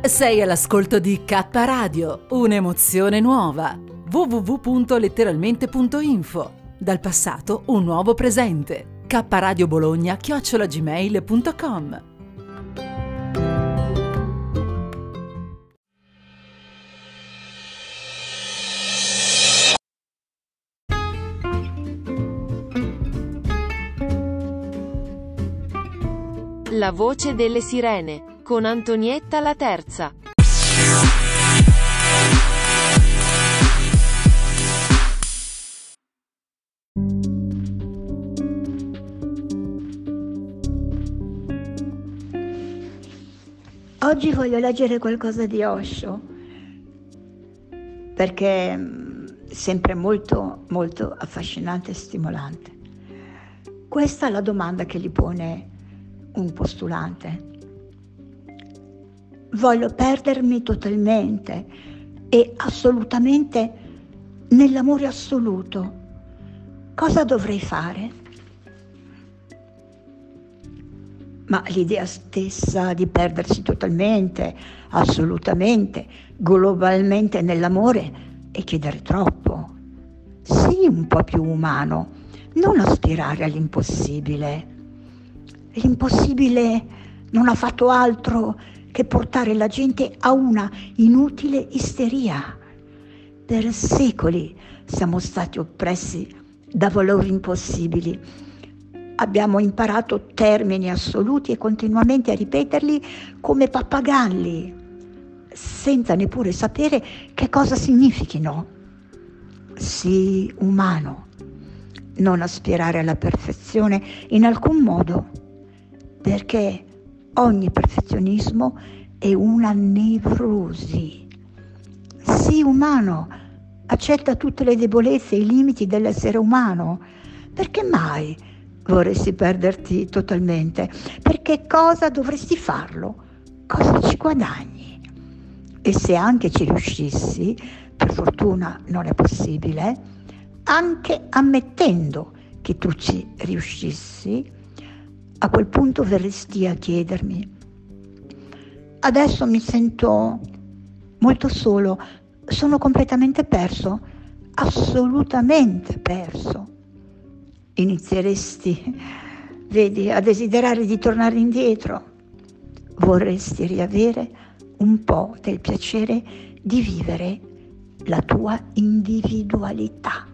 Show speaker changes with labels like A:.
A: Sei all'ascolto di K Radio, un'emozione nuova. www.letteralmente.info. Dal passato un nuovo presente. kradiobologna@gmail.com.
B: La voce delle sirene, con Antonietta la Terza.
C: Oggi voglio leggere qualcosa di Osho, perché è sempre molto, molto affascinante e stimolante. Questa è la domanda che gli pone un postulante. Voglio perdermi totalmente e assolutamente nell'amore assoluto. Cosa dovrei fare? Ma l'idea stessa di perdersi totalmente, assolutamente, globalmente nell'amore è chiedere troppo. Sii un po' più umano, non aspirare all'impossibile. L'impossibile non ha fatto altro che portare la gente a una inutile isteria. Per secoli siamo stati oppressi da valori impossibili. Abbiamo imparato termini assoluti e continuamente a ripeterli come pappagalli, senza neppure sapere che cosa significhino. Sii umano, non aspirare alla perfezione in alcun modo, perché ogni perfezionismo è una nevrosi. Sii umano, accetta tutte le debolezze e i limiti dell'essere umano. Perché mai vorresti perderti totalmente? Perché cosa dovresti farlo? Cosa ci guadagni? E se anche ci riuscissi, per fortuna non è possibile, anche ammettendo che tu ci riuscissi, a quel punto verresti a chiedermi: adesso mi sento molto solo, sono completamente perso, assolutamente perso. Inizieresti, vedi, a desiderare di tornare indietro. Vorresti riavere un po' del piacere di vivere la tua individualità.